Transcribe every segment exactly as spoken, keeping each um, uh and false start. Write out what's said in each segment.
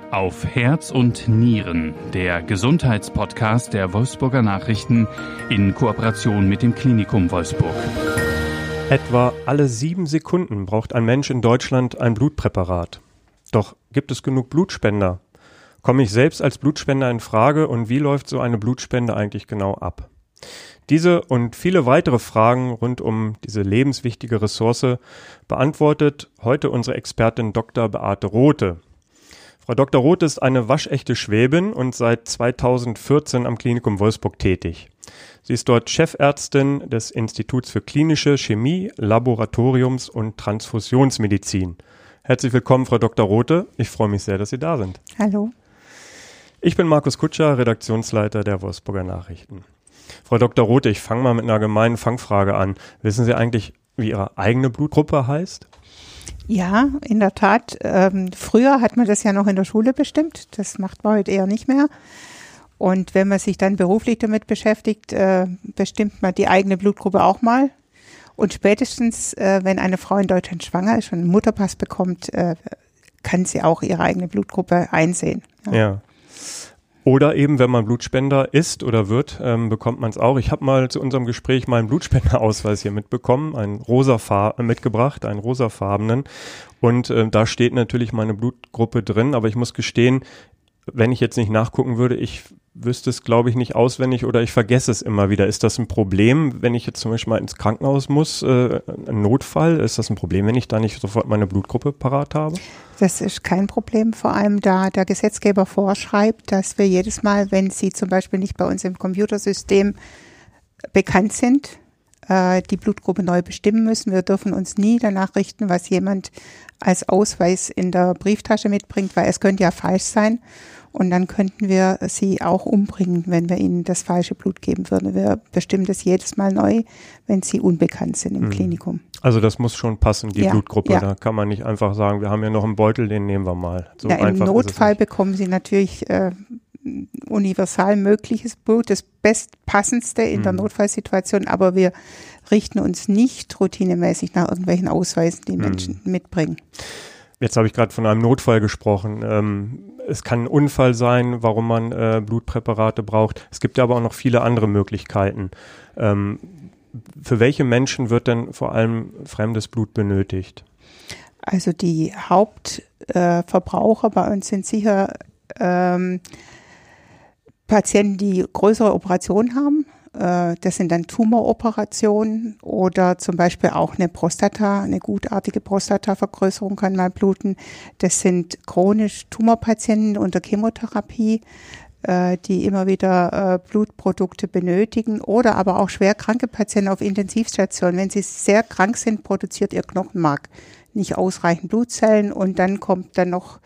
Auf Herz und Nieren, der Gesundheitspodcast der Wolfsburger Nachrichten in Kooperation mit dem Klinikum Wolfsburg. Etwa alle sieben Sekunden braucht ein Mensch in Deutschland ein Blutpräparat. Doch gibt es genug Blutspender? Komme ich selbst als Blutspender in Frage und wie läuft so eine Blutspende eigentlich genau ab? Diese und viele weitere Fragen rund um diese lebenswichtige Ressource beantwortet heute unsere Expertin Doktor Beate Rothe. Frau Doktor Rothe ist eine waschechte Schwäbin und seit zweitausendvierzehn am Klinikum Wolfsburg tätig. Sie ist dort Chefärztin des Instituts für klinische Chemie, Laboratoriums- und Transfusionsmedizin. Herzlich willkommen, Frau Doktor Rothe. Ich freue mich sehr, dass Sie da sind. Hallo. Ich bin Markus Kutscher, Redaktionsleiter der Wolfsburger Nachrichten. Frau Doktor Rothe, ich fange mal mit einer gemeinen Fangfrage an. Wissen Sie eigentlich, wie Ihre eigene Blutgruppe heißt? Ja, in der Tat. Ähm, früher hat man das ja noch in der Schule bestimmt. Das macht man heute eher nicht mehr. Und wenn man sich dann beruflich damit beschäftigt, äh, bestimmt man die eigene Blutgruppe auch mal. Und spätestens, äh, wenn eine Frau in Deutschland schwanger ist und einen Mutterpass bekommt, äh, kann sie auch ihre eigene Blutgruppe einsehen. Ja. ja. Oder eben, wenn man Blutspender ist oder wird, ähm, bekommt man es auch. Ich habe mal zu unserem Gespräch meinen Blutspenderausweis hier mitbekommen, einen rosa äh, mitgebracht, einen rosafarbenen. Und äh, da steht natürlich meine Blutgruppe drin, aber ich muss gestehen, wenn ich jetzt nicht nachgucken würde, ich wüsste es, glaube ich, nicht auswendig oder ich vergesse es immer wieder. Ist das ein Problem, wenn ich jetzt zum Beispiel mal ins Krankenhaus muss, äh, ein Notfall? Ist das ein Problem, wenn ich da nicht sofort meine Blutgruppe parat habe? Das ist kein Problem, vor allem da der Gesetzgeber vorschreibt, dass wir jedes Mal, wenn Sie zum Beispiel nicht bei uns im Computersystem bekannt sind, äh, die Blutgruppe neu bestimmen müssen. Wir dürfen uns nie danach richten, was jemand als Ausweis in der Brieftasche mitbringt, weil es könnte ja falsch sein. Und dann könnten wir sie auch umbringen, wenn wir ihnen das falsche Blut geben würden. Wir bestimmen das jedes Mal neu, wenn sie unbekannt sind im mhm. Klinikum. Also das muss schon passen, die ja, Blutgruppe. Ja. Da kann man nicht einfach sagen, wir haben ja noch einen Beutel, den nehmen wir mal. So ja, im einfach Notfall bekommen sie natürlich äh, universal mögliches Blut, das bestpassendste in mhm. der Notfallsituation. Aber wir richten uns nicht routinemäßig nach irgendwelchen Ausweisen, die mhm. Menschen mitbringen. Jetzt habe ich gerade von einem Notfall gesprochen. Ähm, es kann ein Unfall sein, warum man äh, Blutpräparate braucht. Es gibt ja aber auch noch viele andere Möglichkeiten. Ähm, für welche Menschen wird denn vor allem fremdes Blut benötigt? Also die Hauptverbraucher äh, bei uns sind sicher ähm, Patienten, die größere Operationen haben. Das sind dann Tumoroperationen oder zum Beispiel auch eine Prostata, eine gutartige Prostatavergrößerung kann mal bluten. Das sind chronisch Tumorpatienten unter Chemotherapie, die immer wieder Blutprodukte benötigen oder aber auch schwer kranke Patienten auf Intensivstationen. Wenn sie sehr krank sind, produziert ihr Knochenmark nicht ausreichend Blutzellen und dann kommt dann noch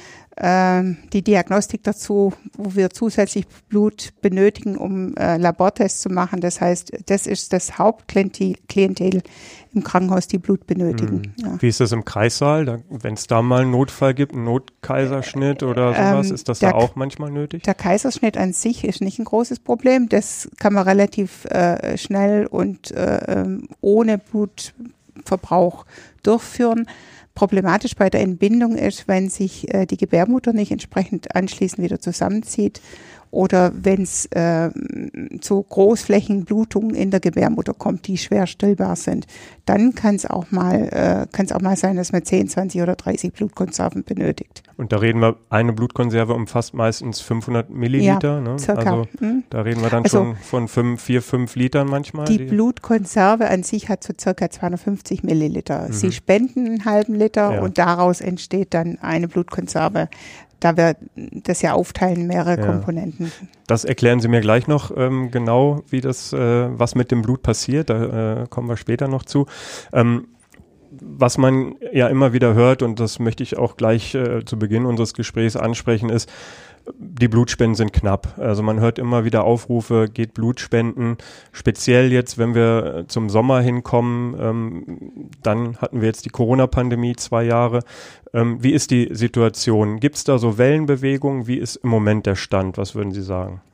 die Diagnostik dazu, wo wir zusätzlich Blut benötigen, um äh, Labortests zu machen. Das heißt, das ist das Hauptklientel im Krankenhaus, die Blut benötigen. Hm. Ja. Wie ist das im Kreissaal? Wenn es da mal einen Notfall gibt, einen Notkaiserschnitt oder sowas, ähm, ist das da auch manchmal nötig? Der Kaiserschnitt an sich ist nicht ein großes Problem. Das kann man relativ äh, schnell und äh, ohne Blutverbrauch durchführen. Problematisch bei der Entbindung ist, wenn sich äh, die Gebärmutter nicht entsprechend anschließend wieder zusammenzieht oder wenn es äh, zu Großflächenblutungen in der Gebärmutter kommt, die schwer stillbar sind. Dann kann es auch mal äh, kann es auch mal sein, dass man zehn, zwanzig oder dreißig Blutkonserven benötigt. Und da reden wir, eine Blutkonserve umfasst meistens fünfhundert Milliliter. Ja, ne? circa. Also mhm. da reden wir dann also schon von fünf, vier, fünf Litern manchmal. Die, die Blutkonserve an sich hat so circa zweihundertfünfzig Milliliter. Mhm. Sie spenden einen halben Liter ja. und daraus entsteht dann eine Blutkonserve. Da wir das ja aufteilen, mehrere ja. Komponenten. Das erklären Sie mir gleich noch ähm, genau, wie das, äh, was mit dem Blut passiert. Da äh, kommen wir später noch zu. Ähm, was man ja immer wieder hört, und das möchte ich auch gleich äh, zu Beginn unseres Gesprächs ansprechen, ist, die Blutspenden sind knapp. Also man hört immer wieder Aufrufe, geht Blut spenden. Speziell jetzt, wenn wir zum Sommer hinkommen, ähm, dann hatten wir jetzt die Corona-Pandemie, zwei Jahre. Ähm, wie ist die Situation? Gibt es da so Wellenbewegungen? Wie ist im Moment der Stand? Was würden Sie sagen?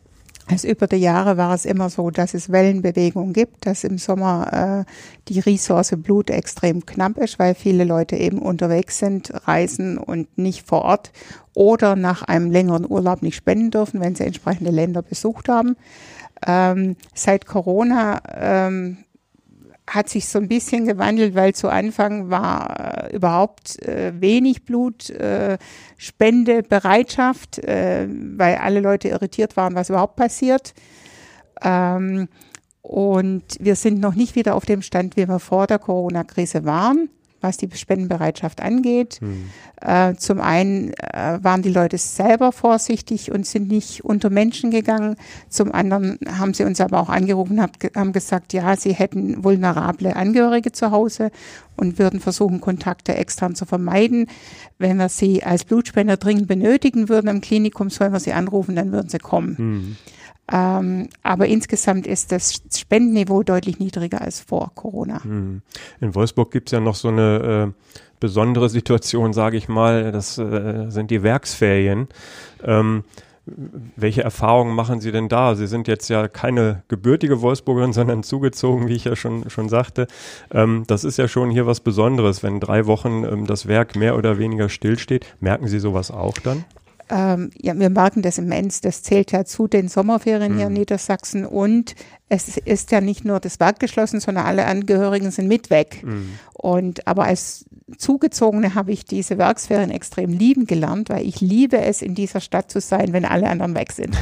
Also über die Jahre war es immer so, dass es Wellenbewegungen gibt, dass im Sommer äh, die Ressource Blut extrem knapp ist, weil viele Leute eben unterwegs sind, reisen und nicht vor Ort oder nach einem längeren Urlaub nicht spenden dürfen, wenn sie entsprechende Länder besucht haben. Ähm, seit Corona ähm, hat sich so ein bisschen gewandelt, weil zu Anfang war äh, überhaupt äh, wenig Blut, äh, Spendebereitschaft, äh, weil alle Leute irritiert waren, was überhaupt passiert. Ähm, und wir sind noch nicht wieder auf dem Stand, wie wir vor der Corona-Krise waren, was die Spendenbereitschaft angeht. Hm. Äh, zum einen äh, waren die Leute selber vorsichtig und sind nicht unter Menschen gegangen. Zum anderen haben sie uns aber auch angerufen und hab, haben gesagt, ja, sie hätten vulnerable Angehörige zu Hause und würden versuchen, Kontakte extern zu vermeiden. Wenn wir sie als Blutspender dringend benötigen würden im Klinikum, sollen wir sie anrufen, dann würden sie kommen. Hm. Ähm, aber insgesamt ist das Spendenniveau deutlich niedriger als vor Corona. In Wolfsburg gibt es ja noch so eine äh, besondere Situation, sage ich mal, das äh, sind die Werksferien. Ähm, welche Erfahrungen machen Sie denn da? Sie sind jetzt ja keine gebürtige Wolfsburgerin, sondern zugezogen, wie ich ja schon, schon sagte. Ähm, das ist ja schon hier was Besonderes, wenn drei Wochen ähm, das Werk mehr oder weniger stillsteht. Merken Sie sowas auch dann? Ähm, ja, wir merken das immens. Das zählt ja zu den Sommerferien mhm. hier in Niedersachsen und es ist ja nicht nur das Werk geschlossen, sondern alle Angehörigen sind mit weg. Mhm. Und aber als Zugezogene habe ich diese Werksferien extrem lieben gelernt, weil ich liebe es, in dieser Stadt zu sein, wenn alle anderen weg sind.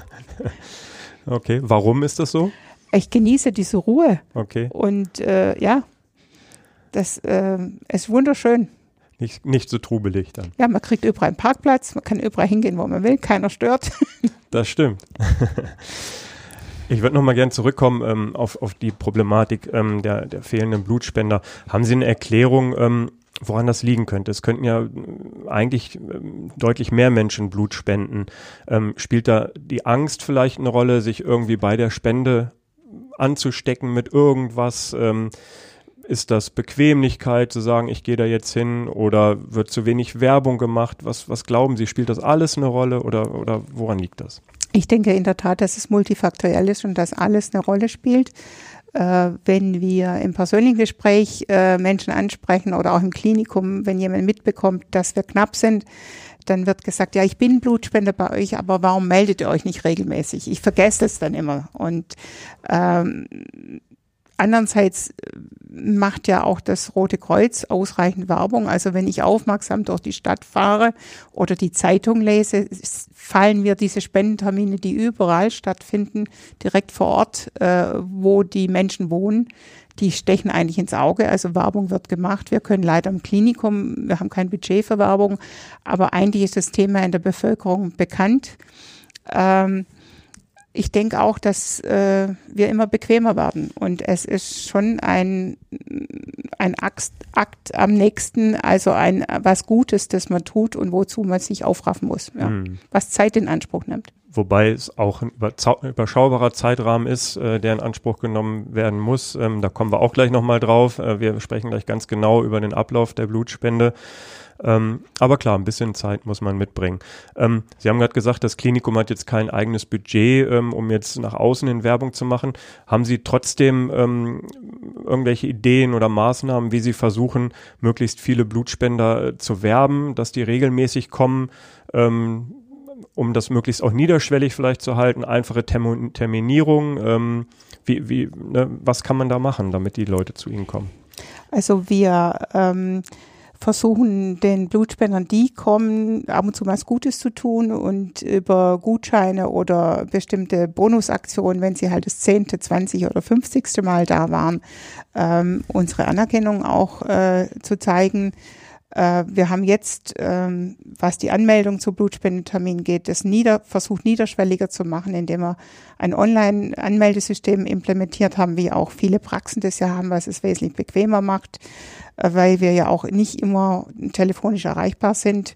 Okay, warum ist das so? Ich genieße diese Ruhe. Okay. Und äh, ja, das äh, ist wunderschön. Nicht, nicht so trubelig dann. Ja, man kriegt überall einen Parkplatz, man kann überall hingehen, wo man will, keiner stört. Das stimmt. Ich würde noch mal gerne zurückkommen ähm, auf, auf die Problematik ähm, der, der fehlenden Blutspender. Haben Sie eine Erklärung, ähm, woran das liegen könnte? Es könnten ja eigentlich ähm, deutlich mehr Menschen Blut spenden. Ähm, spielt da die Angst vielleicht eine Rolle, sich irgendwie bei der Spende anzustecken mit irgendwas? Ähm, Ist das Bequemlichkeit zu sagen, ich gehe da jetzt hin, oder wird zu wenig Werbung gemacht? Was, was glauben Sie, spielt das alles eine Rolle oder, oder woran liegt das? Ich denke in der Tat, dass es multifaktoriell ist und dass alles eine Rolle spielt. Äh, wenn wir im persönlichen Gespräch äh, Menschen ansprechen oder auch im Klinikum, wenn jemand mitbekommt, dass wir knapp sind, dann wird gesagt, ja, ich bin Blutspender bei euch, aber warum meldet ihr euch nicht regelmäßig? Ich vergesse es dann immer. Und ähm, andererseits macht ja auch das Rote Kreuz ausreichend Werbung. Also wenn ich aufmerksam durch die Stadt fahre oder die Zeitung lese, fallen mir diese Spendentermine, die überall stattfinden, direkt vor Ort, äh, wo die Menschen wohnen, die stechen eigentlich ins Auge. Also Werbung wird gemacht. Wir können leider im Klinikum, wir haben kein Budget für Werbung, aber eigentlich ist das Thema in der Bevölkerung bekannt. Ähm, Ich denke auch, dass äh, wir immer bequemer werden und es ist schon ein, ein Akt, Akt am nächsten, also ein was Gutes, das man tut und wozu man sich aufraffen muss, ja. mhm. was Zeit in Anspruch nimmt. Wobei es auch ein überschaubarer Zeitrahmen ist, äh, der in Anspruch genommen werden muss. Ähm, da kommen wir auch gleich nochmal drauf. Äh, wir sprechen gleich ganz genau über den Ablauf der Blutspende. Ähm, aber klar, ein bisschen Zeit muss man mitbringen. Ähm, Sie haben gerade gesagt, das Klinikum hat jetzt kein eigenes Budget, ähm, um jetzt nach außen in Werbung zu machen. Haben Sie trotzdem ähm, irgendwelche Ideen oder Maßnahmen, wie Sie versuchen, möglichst viele Blutspender äh, zu werben, dass die regelmäßig kommen, ähm, um das möglichst auch niederschwellig vielleicht zu halten, einfache Term- Terminierung? Ähm, wie, wie, ne, was kann man da machen, damit die Leute zu Ihnen kommen? Also wir ähm versuchen den Blutspendern, die kommen, ab und zu was Gutes zu tun und über Gutscheine oder bestimmte Bonusaktionen, wenn sie halt das zehnte, zwanzigste oder fünfzigste Mal da waren, ähm, unsere Anerkennung auch äh, zu zeigen. Äh, wir haben jetzt, ähm, was die Anmeldung zu Blutspendetermin geht, das nieder, versucht niederschwelliger zu machen, indem wir ein Online-Anmeldesystem implementiert haben, wie auch viele Praxen das ja haben, was es wesentlich bequemer macht, weil wir ja auch nicht immer telefonisch erreichbar sind.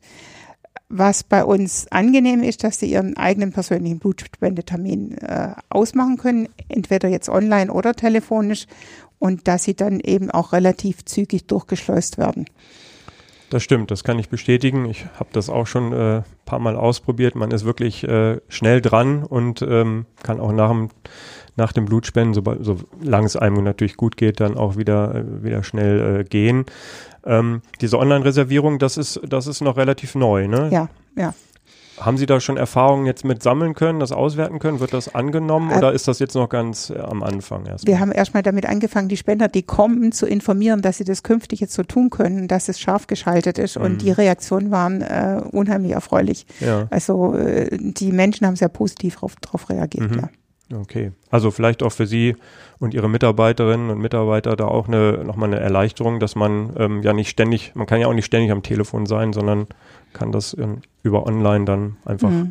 Was bei uns angenehm ist, dass sie ihren eigenen persönlichen Blutspendetermin äh, ausmachen können, entweder jetzt online oder telefonisch, und dass sie dann eben auch relativ zügig durchgeschleust werden. Das stimmt, das kann ich bestätigen. Ich habe das auch schon ein äh, paar Mal ausprobiert. Man ist wirklich äh, schnell dran und ähm, kann auch nach dem, nach dem Blutspenden, sobald, solange es einem natürlich gut geht, dann auch wieder, äh, wieder schnell äh, gehen. Ähm, diese Online-Reservierung, das ist, das ist noch relativ neu, ne? Ja, ja. Haben Sie da schon Erfahrungen jetzt mit sammeln können, das auswerten können? Wird das angenommen äh, oder ist das jetzt noch ganz äh, am Anfang erst? Wir haben erstmal damit angefangen, die Spender, die kommen, zu informieren, dass sie das künftig jetzt so tun können, dass es scharf geschaltet ist. Mhm. Und die Reaktionen waren äh, unheimlich erfreulich. Ja. Also äh, die Menschen haben sehr positiv darauf reagiert, mhm. ja. Okay, also vielleicht auch für Sie und Ihre Mitarbeiterinnen und Mitarbeiter da auch eine nochmal eine Erleichterung, dass man ähm, ja nicht ständig, man kann ja auch nicht ständig am Telefon sein, sondern kann das in, über online dann einfach mhm.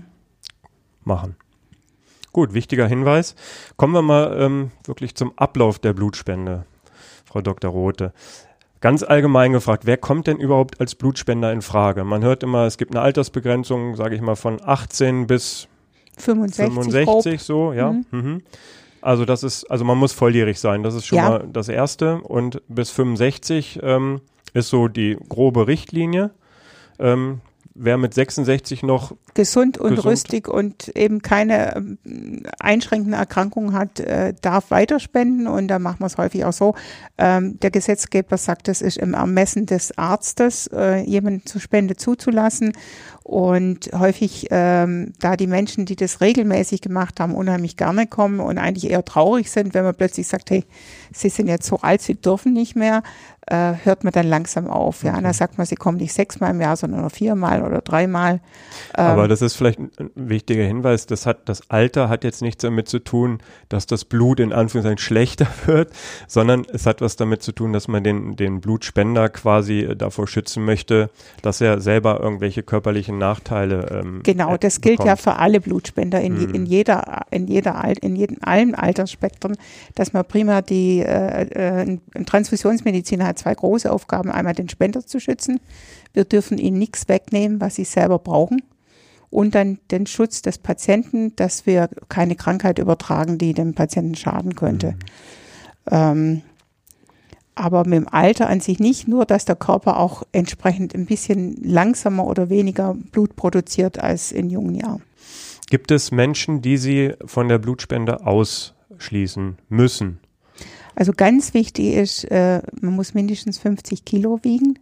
machen. Gut, wichtiger Hinweis. Kommen wir mal ähm, wirklich zum Ablauf der Blutspende, Frau Doktor Rothe. Ganz allgemein gefragt, wer kommt denn überhaupt als Blutspender in Frage? Man hört immer, es gibt eine Altersbegrenzung, sage ich mal, von achtzehn bis fünfundsechzig, fünfundsechzig so, ja. Mhm. Mhm. Also das ist, also man muss volljährig sein, das ist schon ja. mal das Erste. Und bis fünfundsechzig ähm, ist so die grobe Richtlinie. Ähm, wer mit sechsundsechzig noch gesund und gesund rüstig und eben keine ähm, einschränkenden Erkrankungen hat, äh, darf weiterspenden. Und da machen wir es häufig auch so. Ähm, der Gesetzgeber sagt, es ist im Ermessen des Arztes, äh, jemanden zur Spende zuzulassen. Und häufig, ähm, da die Menschen, die das regelmäßig gemacht haben, unheimlich gerne kommen und eigentlich eher traurig sind, wenn man plötzlich sagt, hey, sie sind jetzt so alt, sie dürfen nicht mehr, äh, hört man dann langsam auf. Ja, okay. Und da sagt man, sie kommen nicht sechsmal im Jahr, sondern nur viermal oder dreimal. Ähm, Aber das ist vielleicht ein wichtiger Hinweis, das hat, das Alter hat jetzt nichts damit zu tun, dass das Blut in Anführungszeichen schlechter wird, sondern es hat was damit zu tun, dass man den, den Blutspender quasi davor schützen möchte, dass er selber irgendwelche körperlichen Nachteile ähm, Genau, das gilt bekommt. Ja für alle Blutspender in, hm. in jeder, in jeder, in jedem, allen Altersspektren, dass man prima die, äh, ein Transfusionsmediziner hat zwei große Aufgaben, einmal den Spender zu schützen. Wir dürfen ihnen nichts wegnehmen, was sie selber brauchen. Und dann den Schutz des Patienten, dass wir keine Krankheit übertragen, die dem Patienten schaden könnte. Mhm. Ähm, aber mit dem Alter an sich nicht, nur dass der Körper auch entsprechend ein bisschen langsamer oder weniger Blut produziert als in jungen Jahren. Gibt es Menschen, die Sie von der Blutspende ausschließen müssen? Also ganz wichtig ist, äh, man muss mindestens fünfzig Kilo wiegen,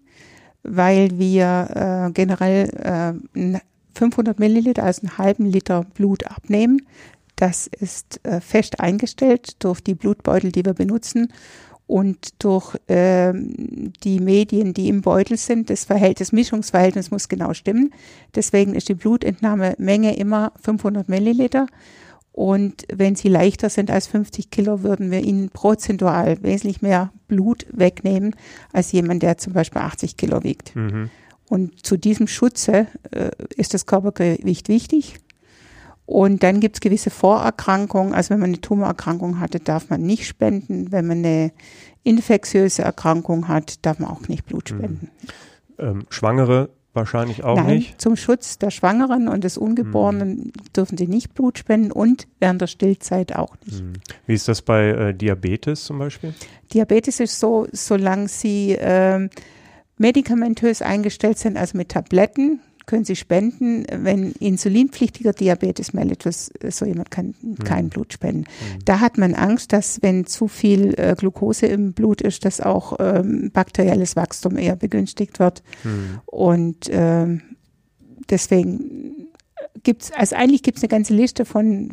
weil wir äh, generell äh, fünfhundert Milliliter, also einen halben Liter Blut abnehmen. Das ist äh, fest eingestellt durch die Blutbeutel, die wir benutzen und durch äh, die Medien, die im Beutel sind. Das Verhältnis, das Mischungsverhältnis muss genau stimmen. Deswegen ist die Blutentnahmemenge immer fünfhundert Milliliter. Und wenn sie leichter sind als fünfzig Kilo, würden wir ihnen prozentual wesentlich mehr Blut wegnehmen als jemand, der zum Beispiel achtzig Kilo wiegt. Mhm. Und zu diesem Schutze äh, ist das Körpergewicht wichtig. Und dann gibt es gewisse Vorerkrankungen. Also wenn man eine Tumorerkrankung hatte, darf man nicht spenden. Wenn man eine infektiöse Erkrankung hat, darf man auch nicht Blut spenden. Mhm. Ähm, Schwangere wahrscheinlich auch Nein, nicht? Zum Schutz der Schwangeren und des Ungeborenen mhm. dürfen sie nicht Blut spenden und während der Stillzeit auch nicht. Mhm. Wie ist das bei äh, Diabetes zum Beispiel? Diabetes ist so, solange sie äh, medikamentös eingestellt sind, also mit Tabletten, können sie spenden. Wenn insulinpflichtiger Diabetes meldet, so jemand kann mhm. kein Blut spenden. Mhm. Da hat man Angst, dass wenn zu viel äh, Glucose im Blut ist, dass auch ähm, bakterielles Wachstum eher begünstigt wird. Mhm. Und ähm, deswegen gibt's, also eigentlich gibt es eine ganze Liste von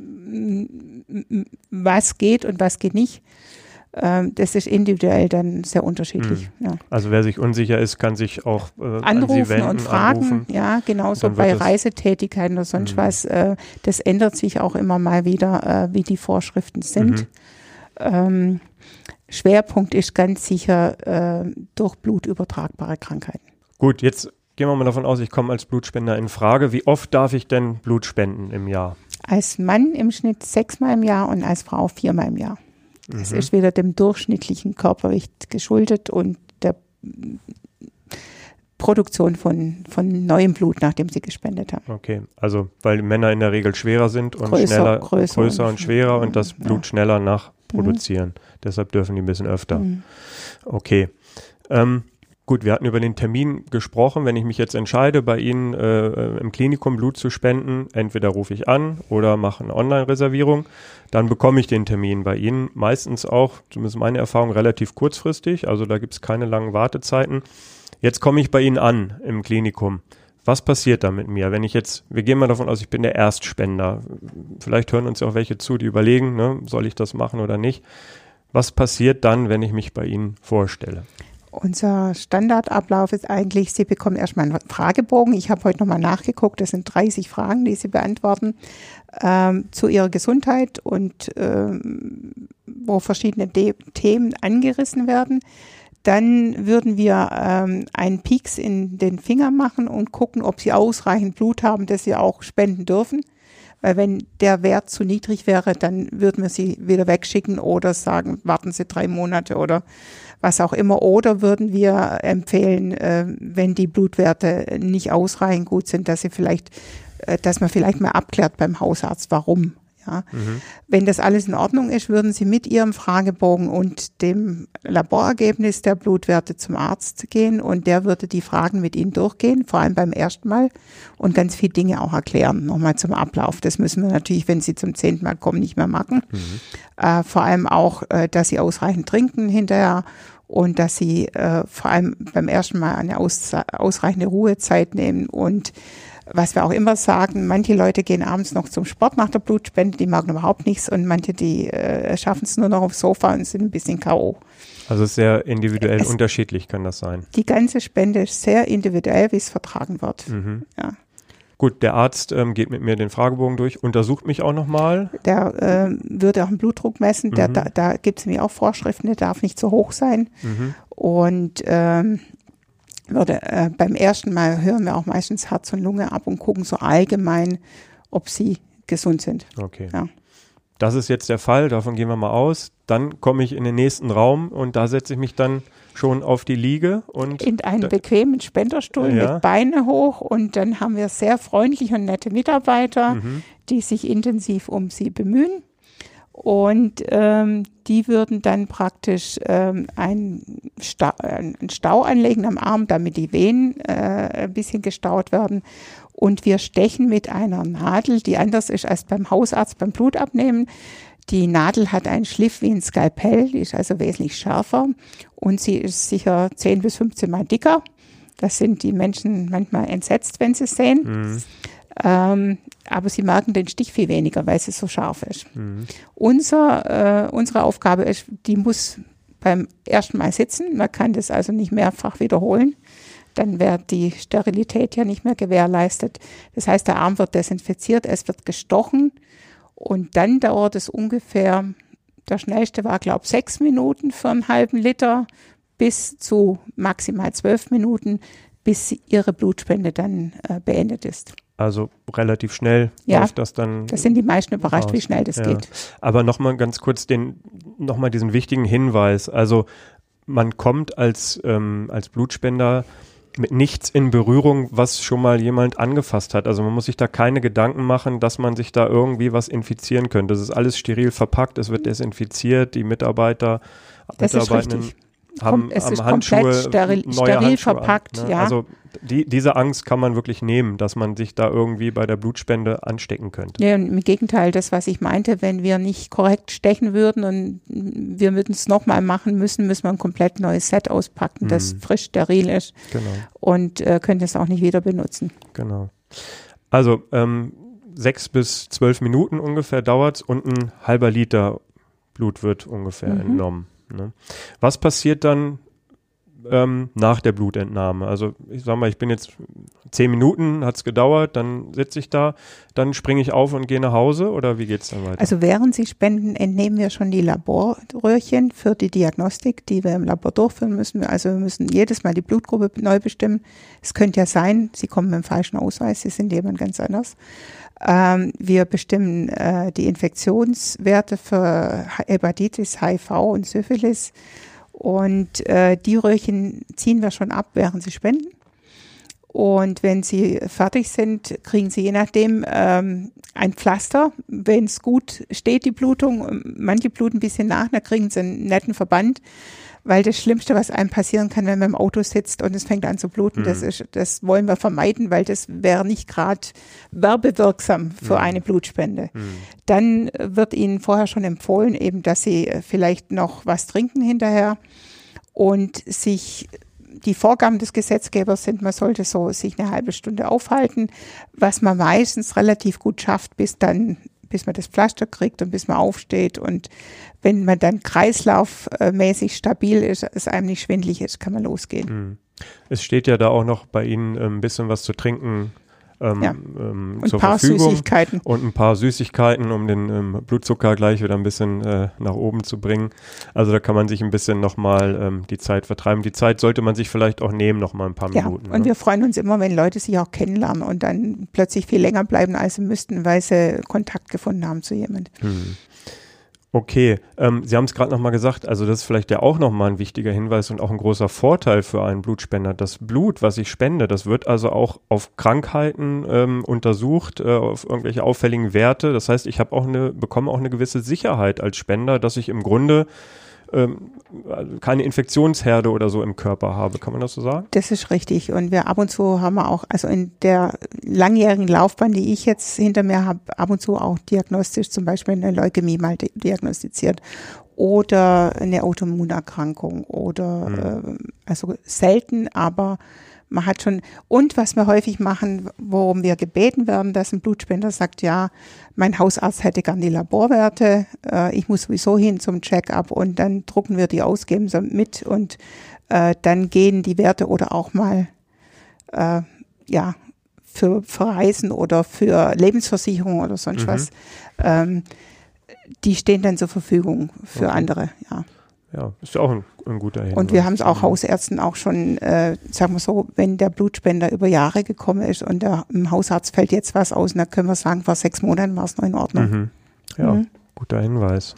was geht und was geht nicht. Das ist individuell dann sehr unterschiedlich. Hm. Ja. Also wer sich unsicher ist, kann sich auch äh, anrufen an Sie wenden, und fragen. Anrufen. Ja, genauso bei Reisetätigkeiten oder sonst hm. was. Äh, das ändert sich auch immer mal wieder, äh, wie die Vorschriften sind. Mhm. Ähm, Schwerpunkt ist ganz sicher äh, durch Blut übertragbare Krankheiten. Gut, jetzt gehen wir mal davon aus, ich komme als Blutspender in Frage. Wie oft darf ich denn Blut spenden im Jahr? Als Mann im Schnitt sechsmal im Jahr und als Frau viermal im Jahr. Es mhm. ist wieder dem durchschnittlichen Körpergewicht geschuldet und der Produktion von, von neuem Blut, nachdem sie gespendet haben. Okay, also weil Männer in der Regel schwerer sind und größer, schneller, größer, größer und, und schwerer und das ja. Blut schneller nachproduzieren. Mhm. Deshalb dürfen die ein bisschen öfter. Mhm. Okay. Ähm, Gut, wir hatten über den Termin gesprochen. Wenn ich mich jetzt entscheide, bei Ihnen äh, im Klinikum Blut zu spenden, entweder rufe ich an oder mache eine Online-Reservierung, dann bekomme ich den Termin bei Ihnen. Meistens auch, zumindest meine Erfahrung, relativ kurzfristig. Also da gibt es keine langen Wartezeiten. Jetzt komme ich bei Ihnen an im Klinikum. Was passiert da mit mir, wenn ich jetzt, wir gehen mal davon aus, ich bin der Erstspender. Vielleicht hören uns ja auch welche zu, die überlegen, ne, soll ich das machen oder nicht. Was passiert dann, wenn ich mich bei Ihnen vorstelle? Unser Standardablauf ist eigentlich, Sie bekommen erstmal einen Fragebogen. Ich habe heute nochmal nachgeguckt, das sind dreißig Fragen, die Sie beantworten ähm, zu Ihrer Gesundheit und ähm, wo verschiedene De- Themen angerissen werden. Dann würden wir ähm, einen Pieks in den Finger machen und gucken, ob Sie ausreichend Blut haben, das Sie auch spenden dürfen. Weil wenn der Wert zu niedrig wäre, dann würden wir Sie wieder wegschicken oder sagen, warten Sie drei Monate oder was auch immer. Oder würden wir empfehlen, äh, wenn die Blutwerte nicht ausreichend gut sind, dass Sie vielleicht, äh, dass man vielleicht mal abklärt beim Hausarzt, warum. Ja. Mhm. Wenn das alles in Ordnung ist, würden Sie mit Ihrem Fragebogen und dem Laborergebnis der Blutwerte zum Arzt gehen und der würde die Fragen mit Ihnen durchgehen, vor allem beim ersten Mal und ganz viele Dinge auch erklären, nochmal zum Ablauf. Das müssen wir natürlich, wenn Sie zum zehnten Mal kommen, nicht mehr machen. Mhm. Äh, vor allem auch, äh, dass Sie ausreichend trinken hinterher und dass Sie äh, vor allem beim ersten Mal eine aus, ausreichende Ruhezeit nehmen und was wir auch immer sagen, manche Leute gehen abends noch zum Sport nach der Blutspende, die merken überhaupt nichts und manche, die äh, schaffen es nur noch aufs Sofa und sind ein bisschen K O. Also es ist sehr individuell es, unterschiedlich kann das sein. Die ganze Spende ist sehr individuell, wie es vertragen wird. Mhm. Ja. Gut, der Arzt ähm, geht mit mir den Fragebogen durch, untersucht mich auch nochmal. Der äh, würde auch einen blutdruck messen, der, mhm. da, da gibt es nämlich auch Vorschriften, der darf nicht zu hoch sein. Mhm. Und ähm, Würde, äh, beim ersten Mal hören wir auch meistens Herz und Lunge ab und gucken so allgemein, ob sie gesund sind. Okay. Ja. Das ist jetzt der Fall, davon gehen wir mal aus. Dann komme ich in den nächsten Raum und da setze ich mich dann schon auf die Liege. Und in einen bequemen Spenderstuhl ja. mit Beine hoch und dann haben wir sehr freundliche und nette Mitarbeiter, mhm. die sich intensiv um sie bemühen. Und ähm, die würden dann praktisch ähm, einen, Stau, einen Stau anlegen am Arm, damit die Venen äh, ein bisschen gestaut werden. Und wir stechen mit einer Nadel, die anders ist als beim Hausarzt beim Blutabnehmen. Die Nadel hat einen Schliff wie ein Skalpell, die ist also wesentlich schärfer und sie ist sicher zehn bis fünfzehn Mal dicker. Das sind die Menschen manchmal entsetzt, wenn sie es sehen. Mhm. Ähm, aber sie merken den Stich viel weniger, weil sie so scharf ist. Mhm. Unser, äh, unsere Aufgabe ist, die muss beim ersten Mal sitzen. Man kann das also nicht mehrfach wiederholen. Dann wäre die Sterilität ja nicht mehr gewährleistet. Das heißt, der Arm wird desinfiziert, es wird gestochen und dann dauert es ungefähr, der schnellste war, glaube ich, sechs Minuten für einen halben Liter bis zu maximal zwölf Minuten, bis ihre Blutspende dann äh, beendet ist. Also relativ schnell ja, läuft das dann. Das sind die meisten überrascht, raus. Wie schnell das ja. geht. Aber nochmal ganz kurz den, nochmal diesen wichtigen Hinweis. Also man kommt als, ähm, als Blutspender mit nichts in Berührung, was schon mal jemand angefasst hat. Also man muss sich da keine Gedanken machen, dass man sich da irgendwie was infizieren könnte. Das ist alles steril verpackt, es wird desinfiziert, die Mitarbeiter, das Mitarbeitenden ist haben, es haben ist Handschuhe, komplett steril, neue steril Handschuhe verpackt. An, ne? Ja. Also die, diese Angst kann man wirklich nehmen, dass man sich da irgendwie bei der Blutspende anstecken könnte. Ja, im Gegenteil, das, was ich meinte, wenn wir nicht korrekt stechen würden und wir würden es nochmal machen müssen, müssen wir ein komplett neues Set auspacken, das hm. frisch steril ist genau. und äh, können es auch nicht wieder benutzen. Genau. Also ähm, sechs bis zwölf Minuten ungefähr dauert es und ein halber Liter Blut wird ungefähr mhm. entnommen. Ne? Was passiert dann ähm, nach der Blutentnahme? Also ich sag mal, ich bin jetzt zehn Minuten, hat es gedauert, dann sitze ich da, dann springe ich auf und gehe nach Hause oder wie geht es dann weiter? Also während Sie spenden, entnehmen wir schon die Laborröhrchen für die Diagnostik, die wir im Labor durchführen müssen. Also wir müssen jedes Mal die Blutgruppe neu bestimmen. Es könnte ja sein, Sie kommen mit dem falschen Ausweis, Sie sind jemand ganz anders. Ähm, wir bestimmen äh, die Infektionswerte für Hepatitis, H I V und Syphilis und äh, die Röhrchen ziehen wir schon ab, während Sie spenden. Und wenn Sie fertig sind, kriegen Sie je nachdem ähm, ein Pflaster. Wenn es gut steht, die Blutung, manche bluten ein bisschen nach, dann kriegen Sie einen netten Verband, weil das Schlimmste, was einem passieren kann, wenn man im Auto sitzt und es fängt an zu bluten, Mhm. das ist, das wollen wir vermeiden, weil das wäre nicht gerade werbewirksam für Mhm. eine Blutspende. Mhm. Dann wird Ihnen vorher schon empfohlen, eben, dass Sie vielleicht noch was trinken hinterher und sich die Vorgaben des Gesetzgebers sind, man sollte so sich eine halbe Stunde aufhalten, was man meistens relativ gut schafft, bis dann, bis man das Pflaster kriegt und bis man aufsteht. Und wenn man dann kreislaufmäßig stabil ist, es einem nicht schwindelig ist, kann man losgehen. Mhm. Es steht ja da auch noch bei Ihnen ein bisschen was zu trinken ähm, Ja. ähm, Und zur ein paar Verfügung. Süßigkeiten. Und ein paar Süßigkeiten, um den ähm, Blutzucker gleich wieder ein bisschen äh, nach oben zu bringen. Also da kann man sich ein bisschen nochmal ähm, die Zeit vertreiben. Die Zeit sollte man sich vielleicht auch nehmen, nochmal ein paar Ja, Minuten. und ne? wir freuen uns immer, wenn Leute sich auch kennenlernen und dann plötzlich viel länger bleiben, als sie müssten, weil sie Kontakt gefunden haben zu jemandem. Hm. Okay, ähm, Sie haben es gerade nochmal gesagt, also das ist vielleicht ja auch nochmal ein wichtiger Hinweis und auch ein großer Vorteil für einen Blutspender. Das Blut, was ich spende, das wird also auch auf Krankheiten ähm, untersucht, äh, auf irgendwelche auffälligen Werte. Das heißt, ich habe auch eine, bekomme auch eine gewisse Sicherheit als Spender, dass ich im Grunde ähm, keine Infektionsherde oder so im Körper habe. Kann man das so sagen? Das ist richtig. Und wir ab und zu haben wir auch, also in der langjährigen Laufbahn, die ich jetzt hinter mir habe, ab und zu auch diagnostisch zum Beispiel eine Leukämie mal di- diagnostiziert oder eine Autoimmunerkrankung oder Mhm. äh, also selten, aber man hat schon, und was wir häufig machen, worum wir gebeten werden, dass ein Blutspender sagt, ja, mein Hausarzt hätte gern die Laborwerte, äh, ich muss sowieso hin zum Check-up und dann drucken wir die aus, geben sie mit und äh, dann gehen die Werte oder auch mal äh, ja für, für Reisen oder für Lebensversicherung oder sonst Mhm. was, ähm, die stehen dann zur Verfügung für Okay. andere, ja. Ja, ist ja auch ein, ein guter Hinweis. Und wir haben es auch Hausärzten auch schon, äh, sagen wir so, wenn der Blutspender über Jahre gekommen ist und der, im Hausarzt fällt jetzt was aus, dann können wir sagen, vor sechs Monaten war es noch in Ordnung. Mhm. Ja, Mhm. guter Hinweis.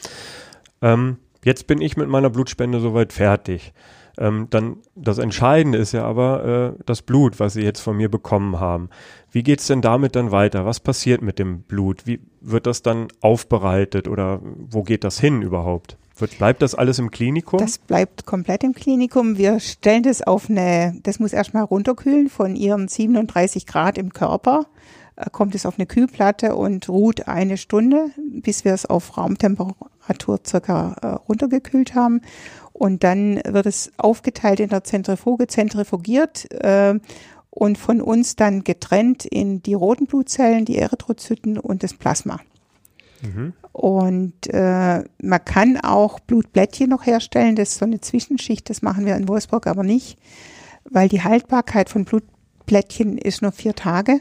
Ähm, jetzt bin ich mit meiner Blutspende soweit fertig. Ähm, dann das Entscheidende ist ja aber äh, das Blut, was Sie jetzt von mir bekommen haben. Wie geht es denn damit dann weiter? Was passiert mit dem Blut? Wie wird das dann aufbereitet oder wo geht das hin überhaupt? Wird, bleibt das alles im Klinikum? Das bleibt komplett im Klinikum. Wir stellen das auf eine, das muss erstmal runterkühlen von ihren siebenunddreißig Grad im Körper. Äh, kommt es auf eine Kühlplatte und ruht eine Stunde, bis wir es auf Raumtemperatur circa äh, runtergekühlt haben. Und dann wird es aufgeteilt in der Zentrifuge, zentrifugiert äh, und von uns dann getrennt in die roten Blutzellen, die Erythrozyten und das Plasma. Mhm. Und äh, man kann auch Blutblättchen noch herstellen, das ist so eine Zwischenschicht, das machen wir in Wolfsburg aber nicht, weil die Haltbarkeit von Blutblättchen ist nur vier Tage.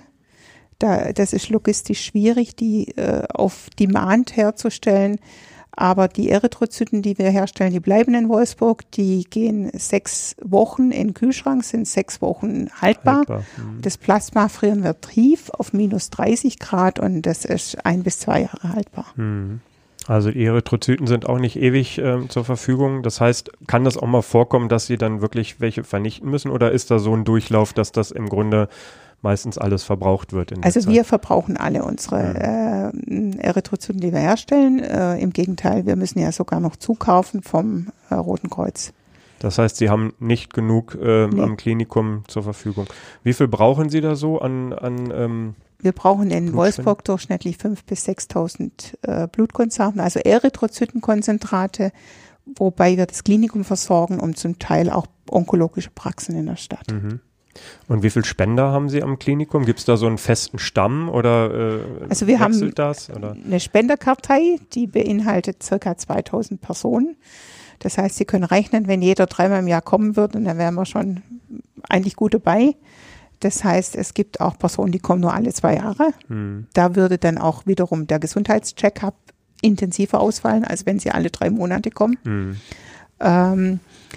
Da, das ist logistisch schwierig, die äh, auf Demand herzustellen. Aber die Erythrozyten, die wir herstellen, die bleiben in Wolfsburg. Die gehen sechs Wochen in den Kühlschrank, sind sechs Wochen haltbar. Haltbar. Mhm. Das Plasma frieren wir tief auf minus dreißig Grad und das ist ein bis zwei Jahre haltbar. Mhm. Also die Erythrozyten sind auch nicht ewig ähm, zur Verfügung. Das heißt, kann das auch mal vorkommen, dass Sie dann wirklich welche vernichten müssen? Oder ist da so ein Durchlauf, dass das im Grunde meistens alles verbraucht wird? In der Also Zeit? wir verbrauchen alle unsere äh, Erythrozyten, die wir herstellen. Äh, Im Gegenteil, wir müssen ja sogar noch zukaufen vom äh, Roten Kreuz. Das heißt, Sie haben nicht genug äh, Nee. am Klinikum zur Verfügung. Wie viel brauchen Sie da so an, an ähm, Wir brauchen in Blutspenden? Wolfsburg durchschnittlich fünftausend bis sechstausend äh, Blutkonzentration, also Erythrozytenkonzentrate, wobei wir das Klinikum versorgen und zum Teil auch onkologische Praxen in der Stadt. mhm. Und wie viele Spender haben Sie am Klinikum? Gibt es da so einen festen Stamm oder äh, Also wir haben wechselt das? Oder? eine Spenderkartei, die beinhaltet circa zweitausend Personen. Das heißt, Sie können rechnen, wenn jeder dreimal im Jahr kommen würde, dann wären wir schon eigentlich gut dabei. Das heißt, es gibt auch Personen, die kommen nur alle zwei Jahre. Hm. Da würde dann auch wiederum der Gesundheitscheck-up intensiver ausfallen, als wenn Sie alle drei Monate kommen. Hm. Ähm,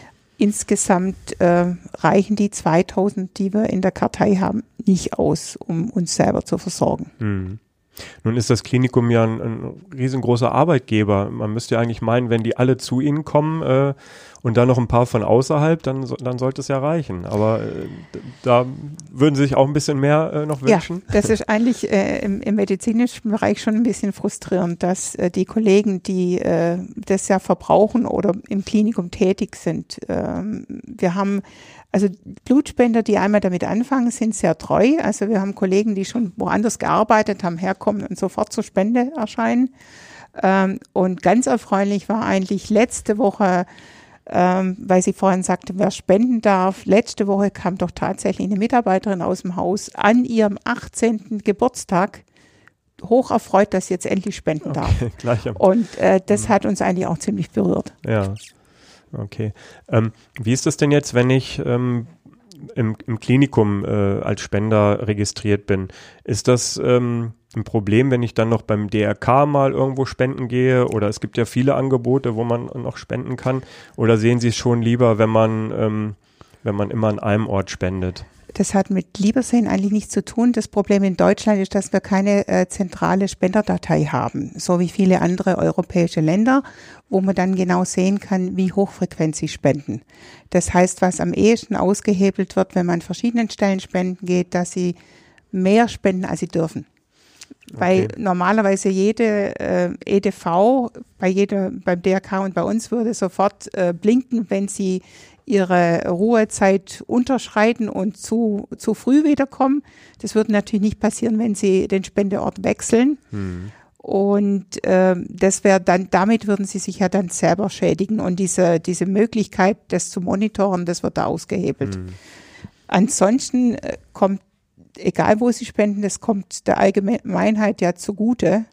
insgesamt äh, reichen die zweitausend, die wir in der Kartei haben, nicht aus, um uns selber zu versorgen. Hm. Nun ist das Klinikum ja ein, ein riesengroßer Arbeitgeber. Man müsste ja eigentlich meinen, wenn die alle zu Ihnen kommen äh, und dann noch ein paar von außerhalb, dann, so, dann sollte es ja reichen. Aber äh, da würden Sie sich auch ein bisschen mehr äh, noch wünschen? Ja, das ist eigentlich äh, im, im medizinischen Bereich schon ein bisschen frustrierend, dass äh, die Kollegen, die äh, das ja verbrauchen oder im Klinikum tätig sind, ähm, wir haben Also Blutspender, die einmal damit anfangen, sind sehr treu. Also wir haben Kollegen, die schon woanders gearbeitet haben, herkommen und sofort zur Spende erscheinen. Ähm, und ganz erfreulich war eigentlich letzte Woche, ähm, weil Sie vorhin sagte, wer spenden darf, letzte Woche kam doch tatsächlich eine Mitarbeiterin aus dem Haus an ihrem achtzehnten Geburtstag, hoch erfreut, dass sie jetzt endlich spenden darf. Okay, gleich am Und äh, das hat uns eigentlich auch ziemlich berührt. Ja. Okay. Ähm, wie ist das denn jetzt, wenn ich ähm, im, im Klinikum äh, als Spender registriert bin? Ist das ähm, ein Problem, wenn ich dann noch beim D R K mal irgendwo spenden gehe? Oder es gibt ja viele Angebote, wo man noch spenden kann. Oder sehen Sie es schon lieber, wenn man, ähm, wenn man immer an einem Ort spendet? Das hat mit Liebersehen eigentlich nichts zu tun. Das Problem in Deutschland ist, dass wir keine äh, zentrale Spenderdatei haben, so wie viele andere europäische Länder, wo man dann genau sehen kann, wie hochfrequent sie spenden. Das heißt, was am ehesten ausgehebelt wird, wenn man an verschiedenen Stellen spenden geht, dass sie mehr spenden, als sie dürfen. Okay. Weil normalerweise jede äh, E D V bei jeder, beim D R K und bei uns würde sofort äh, blinken, wenn sie ihre Ruhezeit unterschreiten und zu, zu früh wiederkommen. Das würde natürlich nicht passieren, wenn sie den Spendeort wechseln. Hm. Und äh, das wäre dann, damit würden sie sich ja dann selber schädigen. Und diese, diese Möglichkeit, das zu monitoren, das wird da ausgehebelt. Hm. Ansonsten äh, kommt, egal wo sie spenden, das kommt der Allgemeinheit ja zugute.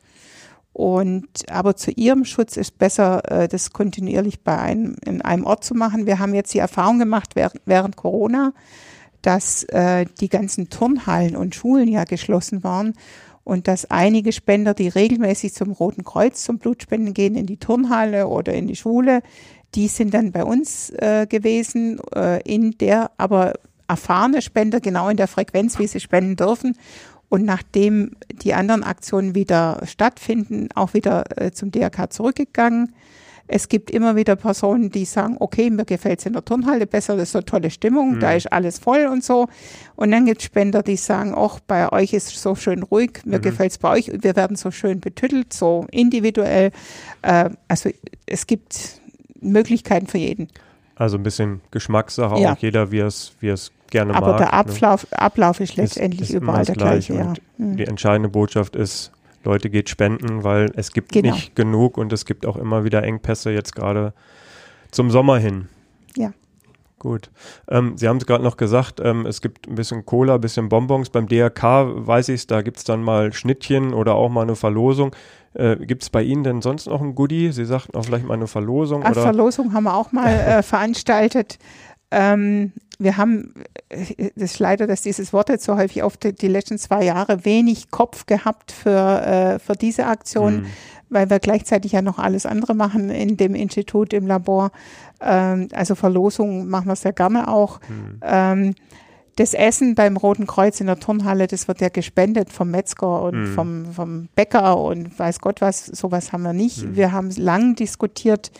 Und aber zu ihrem Schutz ist besser, äh, das kontinuierlich bei einem, in einem Ort zu machen. Wir haben jetzt die Erfahrung gemacht während, während Corona, dass äh, die ganzen Turnhallen und Schulen ja geschlossen waren und dass einige Spender, die regelmäßig zum Roten Kreuz zum Blutspenden gehen, in die Turnhalle oder in die Schule, die sind dann bei uns äh, gewesen, äh, in der aber erfahrene Spender genau in der Frequenz, wie sie spenden dürfen. Und nachdem die anderen Aktionen wieder stattfinden, auch wieder äh, zum D R K zurückgegangen. Es gibt immer wieder Personen, die sagen, okay, mir gefällt es in der Turnhalle besser, das ist so eine tolle Stimmung, mhm. da ist alles voll und so. Und dann gibt es Spender, die sagen, ach, bei euch ist es so schön ruhig, mir mhm. gefällt es bei euch, wir werden so schön betüttelt, so individuell. Äh, also es gibt Möglichkeiten für jeden. Also ein bisschen Geschmackssache, ja. auch jeder, wie es wie es gerne Aber mag. Aber der Ablauf, ne? Ablauf ist letztendlich ist, ist überall der gleiche. Ja. Mhm. Die entscheidende Botschaft ist, Leute, geht spenden, weil es gibt genau. nicht genug und es gibt auch immer wieder Engpässe jetzt gerade zum Sommer hin. Ja. Gut. Ähm, Sie haben es gerade noch gesagt, ähm, es gibt ein bisschen Cola, ein bisschen Bonbons. Beim D R K weiß ich es, da gibt es dann mal Schnittchen oder auch mal eine Verlosung. Äh, gibt es bei Ihnen denn sonst noch ein Goodie? Sie sagten auch vielleicht mal eine Verlosung. Ach, oder? Verlosung haben wir auch mal äh, veranstaltet. Ähm, wir haben, das ist leider, dass dieses Wort jetzt so häufig auf die, die letzten zwei Jahre wenig Kopf gehabt für, äh, für diese Aktion, mhm. weil wir gleichzeitig ja noch alles andere machen in dem Institut, im Labor. Ähm, also Verlosungen machen wir sehr gerne auch. Mhm. Ähm, das Essen beim Roten Kreuz in der Turnhalle, das wird ja gespendet vom Metzger und mhm. vom, vom Bäcker und weiß Gott was, sowas haben wir nicht. Mhm. Wir haben lang diskutiert,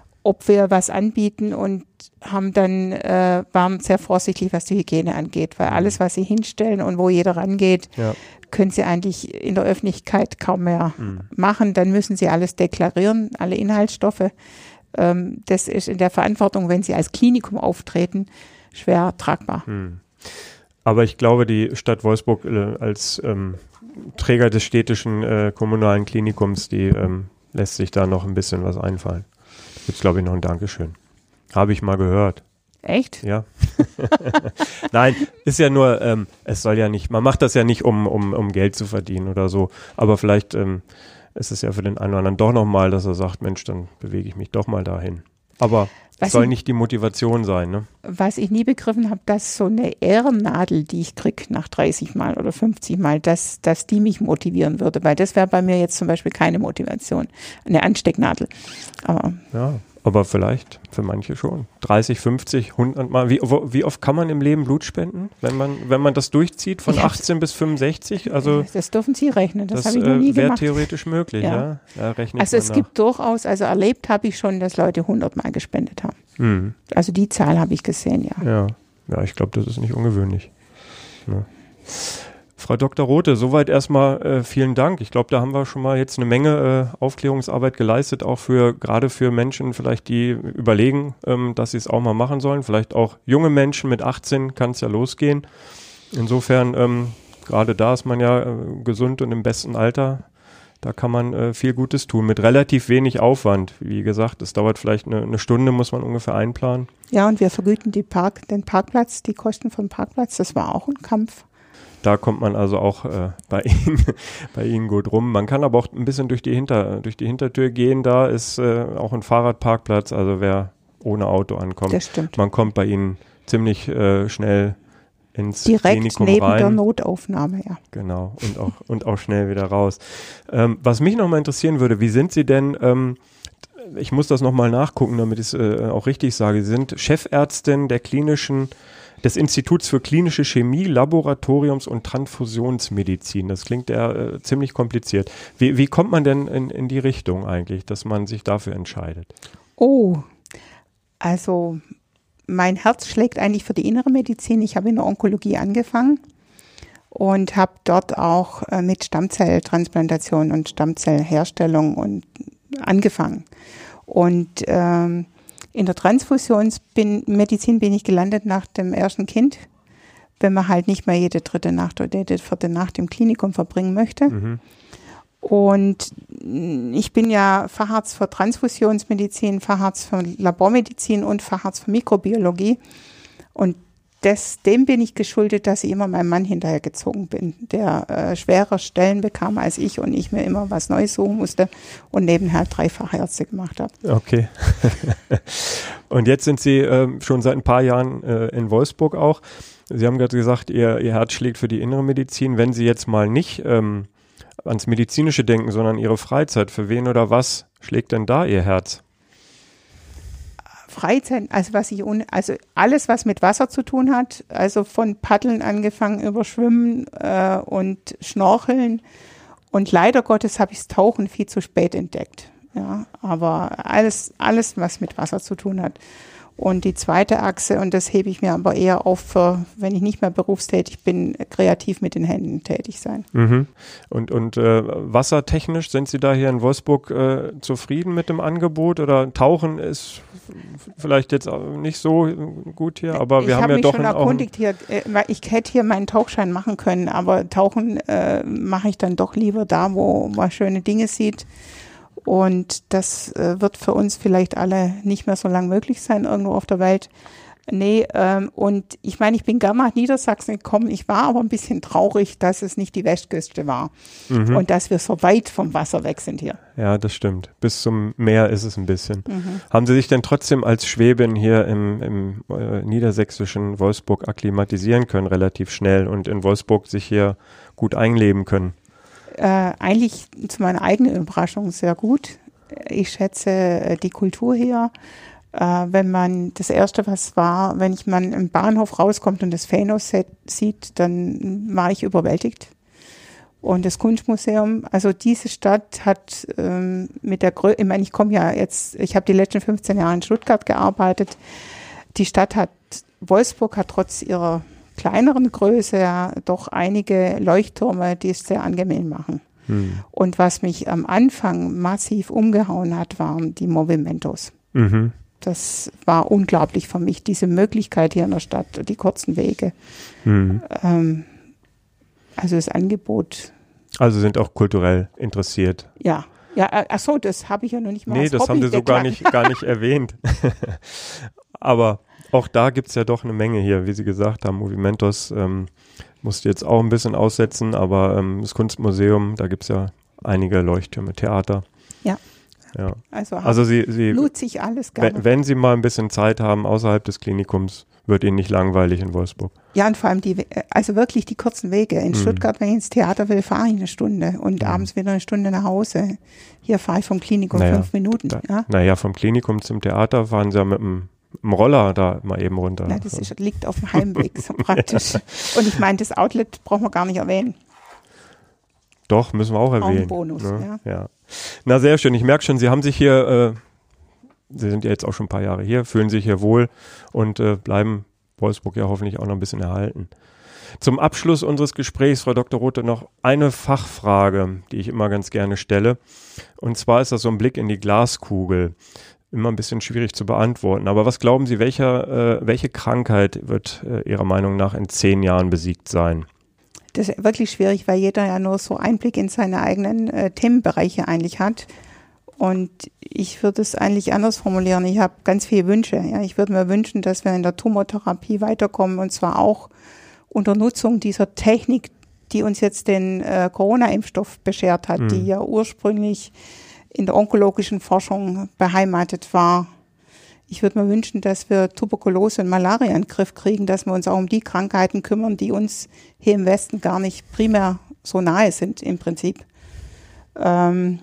ob wir was anbieten und haben dann, äh, waren sehr vorsichtig, was die Hygiene angeht, weil alles, was sie hinstellen und wo jeder rangeht, ja. können sie eigentlich in der Öffentlichkeit kaum mehr mhm. machen. Dann müssen sie alles deklarieren, alle Inhaltsstoffe. Ähm, das ist in der Verantwortung, wenn sie als Klinikum auftreten, schwer tragbar. Mhm. Aber ich glaube, die Stadt Wolfsburg äh, als ähm, Träger des städtischen äh, kommunalen Klinikums, die ähm, lässt sich da noch ein bisschen was einfallen. Gibt's, glaube ich, noch ein Dankeschön. Habe ich mal gehört. Echt? Ja. Nein, ist ja nur, ähm, es soll ja nicht, man macht das ja nicht, um, um, um Geld zu verdienen oder so, aber vielleicht ähm, ist es ja für den einen oder anderen doch nochmal, dass er sagt, Mensch, dann bewege ich mich doch mal dahin. Aber es soll ich, nicht die Motivation sein, ne? Was ich nie begriffen habe, dass so eine Ehrennadel, die ich kriege nach dreißig Mal oder fünfzig Mal, dass, dass die mich motivieren würde, weil das wäre bei mir jetzt zum Beispiel keine Motivation. Eine Anstecknadel. Aber ja, Aber vielleicht für manche schon. dreißig, fünfzig, hundert Mal. Wie, wie oft kann man im Leben Blut spenden, wenn man, wenn man das durchzieht, von achtzehn bis fünfundsechzig? Also das dürfen Sie rechnen, das, das habe ich noch nie äh, wäre gemacht. theoretisch möglich, ja. Ja. ja rechnet Also man es nach. gibt durchaus, also erlebt habe ich schon, dass Leute hundert Mal gespendet haben. Hm. Also die Zahl habe ich gesehen, ja. Ja, ja, ich glaube, das ist nicht ungewöhnlich. Ja. Frau Doktor Rothe, soweit erstmal äh, vielen Dank. Ich glaube, da haben wir schon mal jetzt eine Menge äh, Aufklärungsarbeit geleistet, auch für gerade für Menschen vielleicht, die überlegen, ähm, dass sie es auch mal machen sollen. Vielleicht auch junge Menschen mit achtzehn kann es ja losgehen. Insofern, ähm, gerade da ist man ja äh, gesund und im besten Alter. Da kann man äh, viel Gutes tun mit relativ wenig Aufwand. Wie gesagt, es dauert vielleicht eine, eine Stunde, muss man ungefähr einplanen. Ja, und wir vergüten die Park, den Parkplatz, die Kosten vom Parkplatz. Das war auch ein Kampf. Da kommt man also auch äh, bei Ihnen, bei Ihnen gut rum. Man kann aber auch ein bisschen durch die, Hinter, durch die Hintertür gehen. Da ist äh, auch ein Fahrradparkplatz, also wer ohne Auto ankommt. Das stimmt. Man kommt bei Ihnen ziemlich äh, schnell ins Direkt Klinikum neben rein. der Notaufnahme, ja. Genau, und auch, und auch schnell wieder raus. Ähm, was mich nochmal interessieren würde, wie sind Sie denn, ähm, ich muss das nochmal nachgucken, damit ich es äh, auch richtig sage, Sie sind Chefärztin der klinischen des Instituts für klinische Chemie, Laboratoriums- und Transfusionsmedizin. Das klingt ja äh, ziemlich kompliziert. Wie, wie kommt man denn in, in die Richtung eigentlich, dass man sich dafür entscheidet? Oh, also mein Herz schlägt eigentlich für die innere Medizin. Ich habe in der Onkologie angefangen und habe dort auch äh, mit Stammzelltransplantation und Stammzellherstellung und angefangen. Und ähm, in der Transfusionsmedizin bin ich gelandet nach dem ersten Kind, wenn man halt nicht mehr jede dritte Nacht oder jede vierte Nacht im Klinikum verbringen möchte. Mhm. Und ich bin ja Facharzt für Transfusionsmedizin, Facharzt für Labormedizin und Facharzt für Mikrobiologie. Und das, dem bin ich geschuldet, dass ich immer meinem Mann hinterhergezogen bin, der äh, schwerer Stellen bekam als ich und ich mir immer was Neues suchen musste und nebenher drei Fachärzte gemacht habe. Okay. Und jetzt sind Sie äh, schon seit ein paar Jahren äh, in Wolfsburg auch. Sie haben gerade gesagt, Ihr, Ihr Herz schlägt für die innere Medizin. Wenn Sie jetzt mal nicht ähm, ans Medizinische denken, sondern Ihre Freizeit, für wen oder was schlägt denn da Ihr Herz? Freizeit, also was ich un, also alles, was mit Wasser zu tun hat, also von Paddeln angefangen über Schwimmen äh, und Schnorcheln. Und leider Gottes habe ich das Tauchen viel zu spät entdeckt. Ja, aber alles, alles, was mit Wasser zu tun hat. Und die zweite Achse, und das hebe ich mir aber eher auf für, wenn ich nicht mehr berufstätig bin, kreativ mit den Händen tätig sein. Mhm. Und, und äh, wassertechnisch, sind Sie da hier in Wolfsburg äh, zufrieden mit dem Angebot? Oder Tauchen ist vielleicht jetzt nicht so gut hier, aber wir ich haben hab ja mich doch schon einen, erkundigt hier, äh, weil ich hätte hier meinen Tauchschein machen können, aber Tauchen äh, mache ich dann doch lieber da, wo man schöne Dinge sieht. Und das äh, wird für uns vielleicht alle nicht mehr so lang möglich sein, irgendwo auf der Welt. Nee, ähm, und ich meine, ich bin gerne nach Niedersachsen gekommen. Ich war aber ein bisschen traurig, dass es nicht die Westküste war. Mhm. Und dass wir so weit vom Wasser weg sind hier. Ja, das stimmt. Bis zum Meer ist es ein bisschen. Mhm. Haben Sie sich denn trotzdem als Schwäbin hier im, im äh, niedersächsischen Wolfsburg akklimatisieren können, relativ schnell, und in Wolfsburg sich hier gut einleben können? Äh, eigentlich zu meiner eigenen Überraschung sehr gut. Ich schätze äh, die Kultur hier. Äh, wenn man, das Erste, was war, wenn ich man im Bahnhof rauskommt und das Phanos sieht, dann war ich überwältigt. Und das Kunstmuseum, also diese Stadt hat ähm, mit der Größe, ich meine, ich komme ja jetzt, ich habe die letzten fünfzehn Jahre in Stuttgart gearbeitet. Die Stadt hat, Wolfsburg hat trotz ihrer kleineren Größe ja doch einige Leuchttürme, die es sehr angenehm machen. Hm. Und was mich am Anfang massiv umgehauen hat, waren die Movimentos. Mhm. Das war unglaublich für mich, diese Möglichkeit hier in der Stadt, die kurzen Wege. Mhm. Ähm, also das Angebot. Also sind auch kulturell interessiert. Ja, ja, ach so, das habe ich ja noch nicht mal Nee, als das Hobby haben Sie so gar nicht, gar nicht erwähnt. Aber auch da gibt es ja doch eine Menge hier, wie Sie gesagt haben. Movimentos ähm, musste jetzt auch ein bisschen aussetzen, aber ähm, das Kunstmuseum, da gibt es ja einige Leuchttürme, Theater. Ja. Ja. Also, also Sie, Sie lud sich alles gerne. Wenn, wenn Sie mal ein bisschen Zeit haben außerhalb des Klinikums, wird Ihnen nicht langweilig in Wolfsburg? Ja, und vor allem die, also wirklich die kurzen Wege. In Mhm. Stuttgart, wenn ich ins Theater will, fahre ich eine Stunde und Mhm. abends wieder eine Stunde nach Hause. Hier fahre ich vom Klinikum Naja, fünf Minuten. Da, Ja? Naja, vom Klinikum zum Theater fahren Sie ja mit dem, mit dem Roller da mal eben runter. Na, das ist, liegt auf dem Heimweg so praktisch. Und ich meine, das Outlet brauchen wir gar nicht erwähnen. Doch, müssen wir auch Auch ein erwähnen. Bonus, ne? ja. ja. Na, sehr schön. Ich merke schon, Sie haben sich hier, äh, Sie sind ja jetzt auch schon ein paar Jahre hier, fühlen sich hier wohl und äh, bleiben Wolfsburg ja hoffentlich auch noch ein bisschen erhalten. Zum Abschluss unseres Gesprächs, Frau Doktor Rothe, noch eine Fachfrage, die ich immer ganz gerne stelle. Und zwar ist das so ein Blick in die Glaskugel. Immer ein bisschen schwierig zu beantworten. Aber was glauben Sie, welcher, äh, welche Krankheit wird äh, Ihrer Meinung nach in zehn Jahren besiegt sein? Das ist wirklich schwierig, weil jeder ja nur so Einblick in seine eigenen äh, Themenbereiche eigentlich hat. Und ich würde es eigentlich anders formulieren. Ich habe ganz viele Wünsche. Ja. Ich würde mir wünschen, dass wir in der Tumortherapie weiterkommen und zwar auch unter Nutzung dieser Technik, die uns jetzt den äh, Corona-Impfstoff beschert hat, mhm. die ja ursprünglich in der onkologischen Forschung beheimatet war. Ich würde mir wünschen, dass wir Tuberkulose und Malaria in den Griff kriegen, dass wir uns auch um die Krankheiten kümmern, die uns hier im Westen gar nicht primär so nahe sind im Prinzip. Ähm,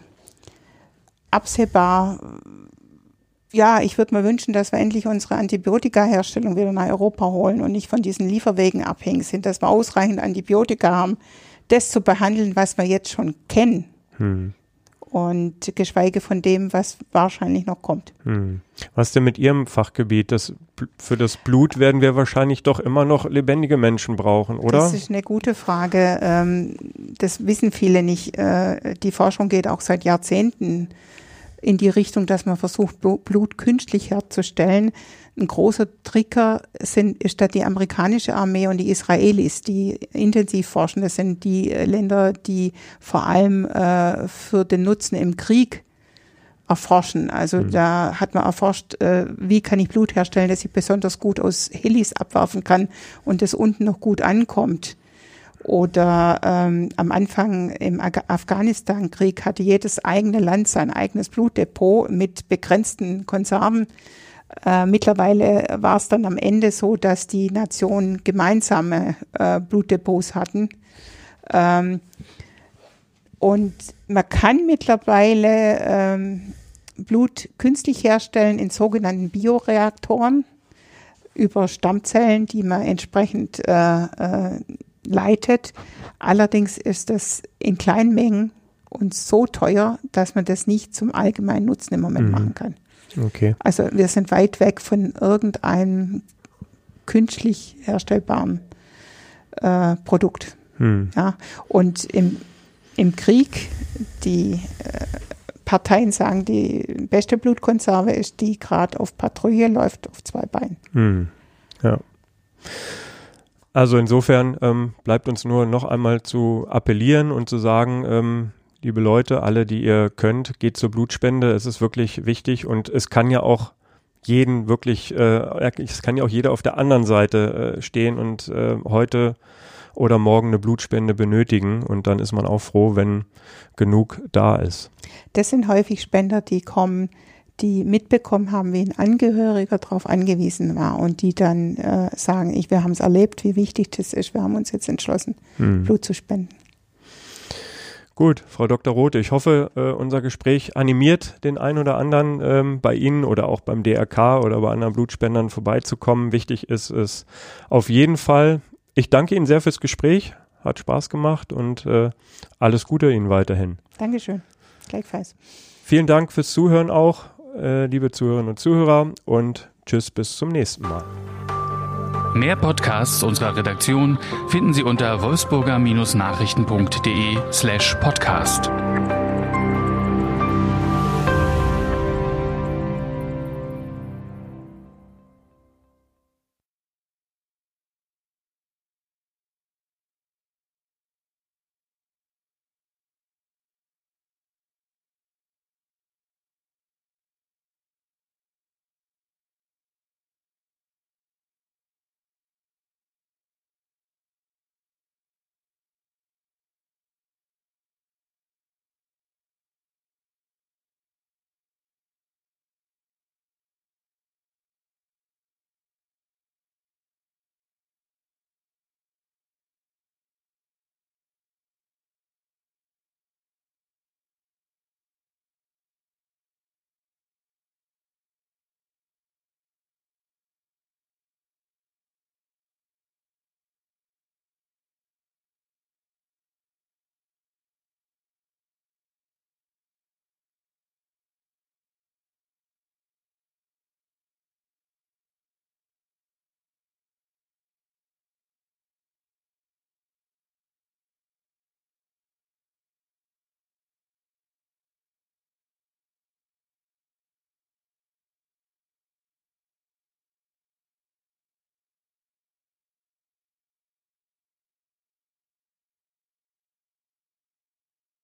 absehbar, ja, ich würde mir wünschen, dass wir endlich unsere Antibiotikaherstellung wieder nach Europa holen und nicht von diesen Lieferwegen abhängig sind, dass wir ausreichend Antibiotika haben, das zu behandeln, was wir jetzt schon kennen. Hm. Und geschweige von dem, was wahrscheinlich noch kommt. Hm. Was denn mit Ihrem Fachgebiet? Das, für das Blut werden wir wahrscheinlich doch immer noch lebendige Menschen brauchen, oder? Das ist eine gute Frage. Das wissen viele nicht. Die Forschung geht auch seit Jahrzehnten in die Richtung, dass man versucht, Blut künstlich herzustellen. Ein großer Trigger sind, ist da die amerikanische Armee und die Israelis, die intensiv forschen. Das sind die Länder, die vor allem äh, für den Nutzen im Krieg erforschen. Also mhm. da hat man erforscht, äh, wie kann ich Blut herstellen, das ich besonders gut aus Helis abwerfen kann und das unten noch gut ankommt. Oder ähm, am Anfang im Afghanistan-Krieg hatte jedes eigene Land sein eigenes Blutdepot mit begrenzten Konserven. Äh, mittlerweile war es dann am Ende so, dass die Nationen gemeinsame äh, Blutdepots hatten. Ähm, und man kann mittlerweile ähm, Blut künstlich herstellen in sogenannten Bioreaktoren über Stammzellen, die man entsprechend äh, äh, leitet. Allerdings ist das in kleinen Mengen und so teuer, dass man das nicht zum allgemeinen Nutzen im Moment mhm. machen kann. Okay. Also wir sind weit weg von irgendeinem künstlich herstellbaren äh, Produkt. Hm. Ja, und im, im Krieg, die äh, Parteien sagen, die beste Blutkonserve ist, die gerade auf Patrouille läuft, auf zwei Beinen. Hm. Ja. Also insofern ähm, bleibt uns nur noch einmal zu appellieren und zu sagen, ähm, liebe Leute, alle, die ihr könnt, geht zur Blutspende. Es ist wirklich wichtig und es kann ja auch jeden wirklich, äh, es kann ja auch jeder auf der anderen Seite äh, stehen und äh, heute oder morgen eine Blutspende benötigen und dann ist man auch froh, wenn genug da ist. Das sind häufig Spender, die kommen, die mitbekommen haben, wie ein Angehöriger darauf angewiesen war und die dann äh, sagen, ich, wir haben es erlebt, wie wichtig das ist, wir haben uns jetzt entschlossen, hm. Blut zu spenden. Gut, Frau Doktor Rothe, ich hoffe, äh, unser Gespräch animiert den einen oder anderen ähm, bei Ihnen oder auch beim D R K oder bei anderen Blutspendern vorbeizukommen. Wichtig ist es auf jeden Fall. Ich danke Ihnen sehr fürs Gespräch, hat Spaß gemacht und äh, alles Gute Ihnen weiterhin. Dankeschön, gleichfalls. Vielen Dank fürs Zuhören auch, äh, liebe Zuhörerinnen und Zuhörer und tschüss, bis zum nächsten Mal. Mehr Podcasts unserer Redaktion finden Sie unter wolfsburger Nachrichten punkt de slash podcast.